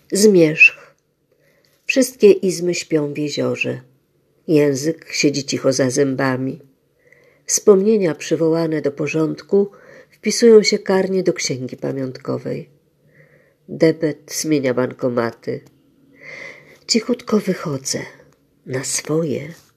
Zmierzch. Wszystkie izmy śpią w jeziorze. Język siedzi cicho za zębami. Wspomnienia przywołane do porządku wpisują się karnie do księgi pamiątkowej. Debet zmienia bankomaty. Cichutko wychodzę na swoje.